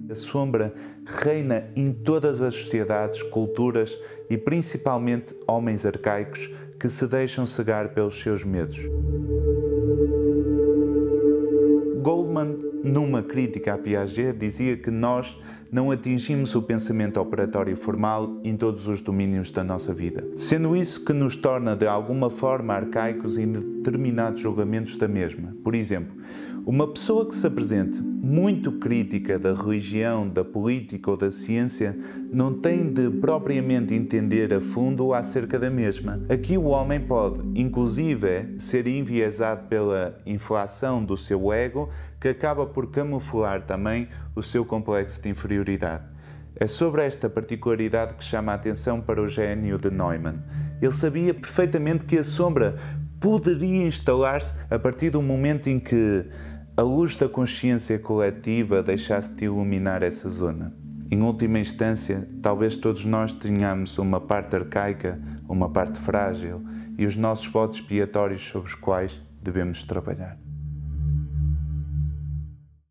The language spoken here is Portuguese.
A sombra reina em todas as sociedades, culturas e principalmente homens arcaicos que se deixam cegar pelos seus medos. Goldman, numa crítica a Piaget, dizia que nós não atingimos o pensamento operatório formal em todos os domínios da nossa vida, sendo isso que nos torna de alguma forma arcaicos em determinados julgamentos da mesma. Por exemplo, uma pessoa que se apresente muito crítica da religião, da política ou da ciência não tem de propriamente entender a fundo acerca da mesma. Aqui o homem pode, inclusive, ser enviesado pela inflação do seu ego, que acaba por camuflar também o seu complexo de inferioridade. É sobre esta particularidade que chama a atenção para o gênio de Neumann. Ele sabia perfeitamente que a sombra poderia instalar-se a partir do momento em que a luz da consciência coletiva deixasse de iluminar essa zona. Em última instância, talvez todos nós tenhamos uma parte arcaica, uma parte frágil e os nossos bodes expiatórios sobre os quais devemos trabalhar.